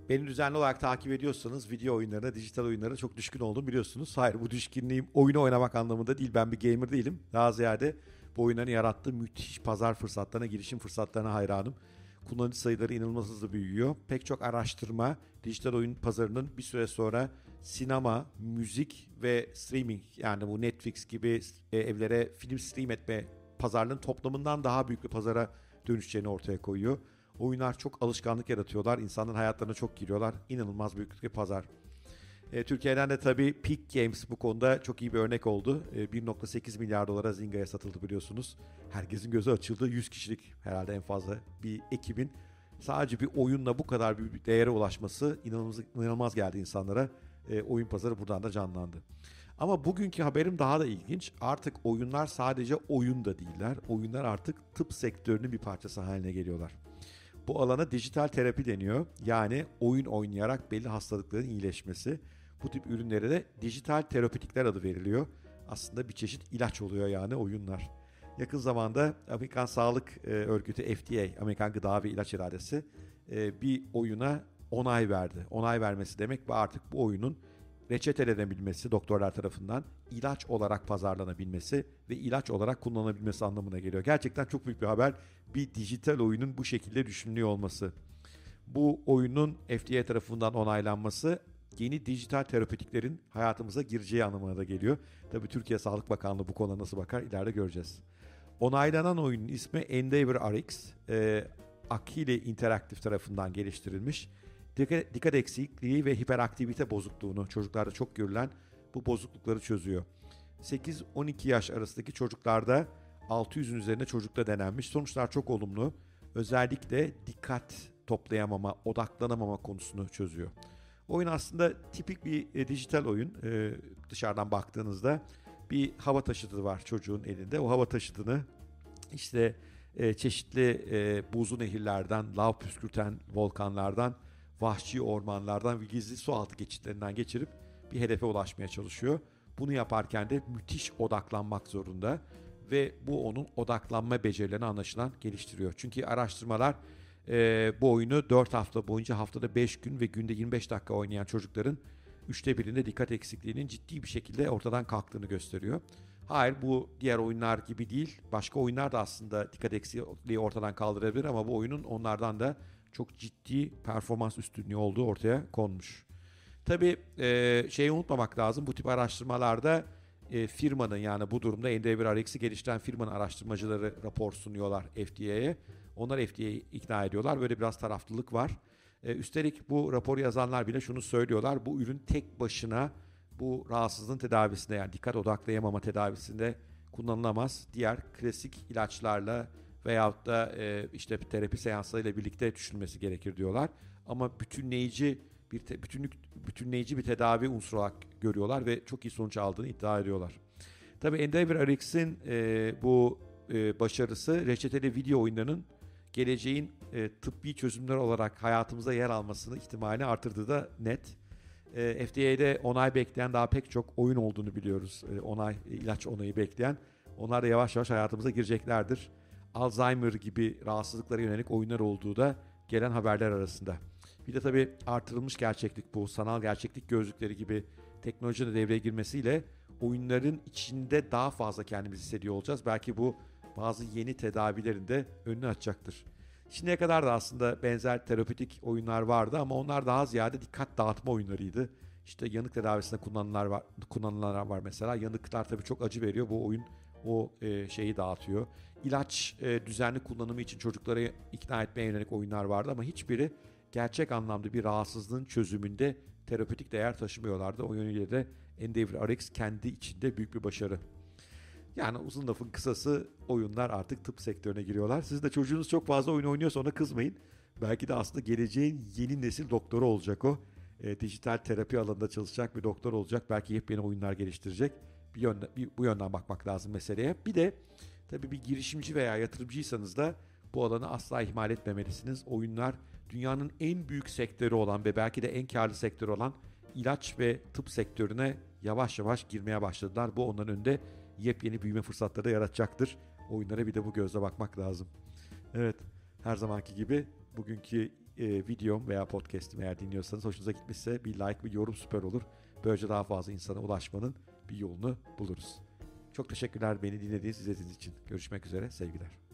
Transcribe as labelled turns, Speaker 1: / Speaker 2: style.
Speaker 1: Beni düzenli olarak takip ediyorsanız video oyunlarına, dijital oyunlara çok düşkün olduğumu biliyorsunuz. Hayır, bu düşkünlüğüm oyunu oynamak anlamında değil. Ben bir gamer değilim. Daha ziyade bu oyunların yarattığı müthiş pazar fırsatlarına, girişim fırsatlarına hayranım. Kullanıcı sayıları inanılmaz hızlı büyüyor. Pek çok araştırma dijital oyun pazarının bir süre sonra sinema, müzik ve streaming, yani bu Netflix gibi evlere film stream etme pazarının toplamından daha büyük bir pazara dönüşeceğini ortaya koyuyor. Oyunlar çok alışkanlık yaratıyorlar. İnsanların hayatlarına çok giriyorlar. İnanılmaz büyük bir pazar. Türkiye'den de tabii Peak Games bu konuda çok iyi bir örnek oldu. 1.8 milyar dolara Zynga'ya satıldı biliyorsunuz. Herkesin gözü açıldı. 100 kişilik herhalde en fazla bir ekibin sadece bir oyunla bu kadar büyük bir değere ulaşması inanılmaz geldi insanlara. Oyun pazarı buradan da canlandı. Ama bugünkü haberim daha da ilginç. Artık oyunlar sadece oyun da değiller. Oyunlar artık tıp sektörünün bir parçası haline geliyorlar. Bu alana dijital terapi deniyor. Yani oyun oynayarak belli hastalıkların iyileşmesi. Bu tip ürünlere de dijital terapötikler adı veriliyor. Aslında bir çeşit ilaç oluyor yani oyunlar. Yakın zamanda Amerikan Sağlık Örgütü FDA, Amerikan Gıda ve İlaç İdaresi bir oyuna onay verdi. Onay vermesi demek ve artık bu oyunun reçetelenebilmesi doktorlar tarafından, ilaç olarak pazarlanabilmesi ve ilaç olarak kullanılabilmesi anlamına geliyor. Gerçekten çok büyük bir haber. Bir dijital oyunun bu şekilde düşünülüyor olması. Bu oyunun FDA tarafından onaylanması yeni dijital terapötiklerin hayatımıza gireceği anlamına da geliyor. Tabii Türkiye Sağlık Bakanlığı bu konuda nasıl bakar ileride göreceğiz. Onaylanan oyunun ismi EndeavorRx. Akile Interactive tarafından geliştirilmiş. Dikkat eksikliği ve hiperaktivite bozukluğunu, çocuklarda çok görülen bu bozuklukları çözüyor. 8-12 yaş arasındaki çocuklarda 600'ün üzerinde çocukta denenmiş. Sonuçlar çok olumlu. Özellikle dikkat toplayamama, odaklanamama konusunu çözüyor. Oyun aslında tipik bir dijital oyun. Dışarıdan baktığınızda bir hava taşıtı var çocuğun elinde. O hava taşıtını işte çeşitli buzlu nehirlerden, lav püskürten volkanlardan, vahşi ormanlardan ve gizli sualtı geçitlerinden geçirip bir hedefe ulaşmaya çalışıyor. Bunu yaparken de müthiş odaklanmak zorunda ve bu onun odaklanma becerilerini anlaşılan geliştiriyor. Çünkü araştırmalar bu oyunu 4 hafta boyunca haftada 5 gün ve günde 25 dakika oynayan çocukların 1/3'ünde dikkat eksikliğinin ciddi bir şekilde ortadan kalktığını gösteriyor. Hayır, bu diğer oyunlar gibi değil. Başka oyunlar da aslında dikkat eksikliği ortadan kaldırabilir ama bu oyunun onlardan da çok ciddi performans üstünlüğü olduğu ortaya konmuş. Tabii şeyi unutmamak lazım. Bu tip araştırmalarda firmanın, yani bu durumda EndeavorRx'i geliştiren firmanın araştırmacıları rapor sunuyorlar FDA'ye. Onlar FDA'yi ikna ediyorlar. Böyle biraz taraflılık var. Üstelik bu raporu yazanlar bile şunu söylüyorlar. Bu ürün tek başına bu rahatsızlığın tedavisinde, yani dikkat odaklayamama tedavisinde kullanılamaz. Diğer klasik ilaçlarla veyahut da işte terapi seanslarıyla birlikte düşünülmesi gerekir diyorlar. Ama bütünleyici bir tedavi unsuru olarak görüyorlar ve çok iyi sonuç aldığını iddia ediyorlar. Tabii EndeavorRx'in bu başarısı reçeteli video oyunlarının geleceğin tıbbi çözümler olarak hayatımıza yer almasını ihtimali artırdığı da net. FDA'de onay bekleyen daha pek çok oyun olduğunu biliyoruz. İlaç onayı bekleyen. Onlar da yavaş yavaş hayatımıza gireceklerdir. Alzheimer gibi rahatsızlıklara yönelik oyunlar olduğu da gelen haberler arasında. Bir de tabii artırılmış gerçeklik, bu sanal gerçeklik gözlükleri gibi teknolojinin devreye girmesiyle oyunların içinde daha fazla kendimizi hissediyor olacağız. Belki bu bazı yeni tedavilerin de önünü açacaktır. Şimdiye kadar da aslında benzer terapötik oyunlar vardı ama onlar daha ziyade dikkat dağıtma oyunlarıydı. İşte yanık tedavisinde kullanılanlar var mesela. Yanıklar tabii çok acı veriyor. Bu oyun o şeyi dağıtıyor. İlaç düzenli kullanımı için çocukları ikna etmeye yönelik oyunlar vardı ama hiçbiri gerçek anlamda bir rahatsızlığın çözümünde terapötik değer taşımıyorlardı. O yönüyle de EndeavorRx kendi içinde büyük bir başarı. Yani uzun lafın kısası, oyunlar artık tıp sektörüne giriyorlar. Siz de çocuğunuz çok fazla oyun oynuyorsa ona kızmayın. Belki de aslında geleceğin yeni nesil doktoru olacak o. Dijital terapi alanında çalışacak bir doktor olacak. Belki yepyeni oyunlar geliştirecek. Bu yönden bakmak lazım meseleye. Bir de tabii bir girişimci veya yatırımcıysanız da bu alanı asla ihmal etmemelisiniz. Oyunlar dünyanın en büyük sektörü olan ve belki de en karlı sektörü olan ilaç ve tıp sektörüne yavaş yavaş girmeye başladılar. Bu onların önünde yepyeni büyüme fırsatları yaratacaktır. Oyunlara bir de bu gözle bakmak lazım. Evet, her zamanki gibi bugünkü videom veya podcast'imi eğer dinliyorsanız hoşunuza gitmişse bir like, bir yorum süper olur. Böylece daha fazla insana ulaşmanın bir yolunu buluruz. Çok teşekkürler beni dinlediğiniz, izlediğiniz için. Görüşmek üzere, sevgiler.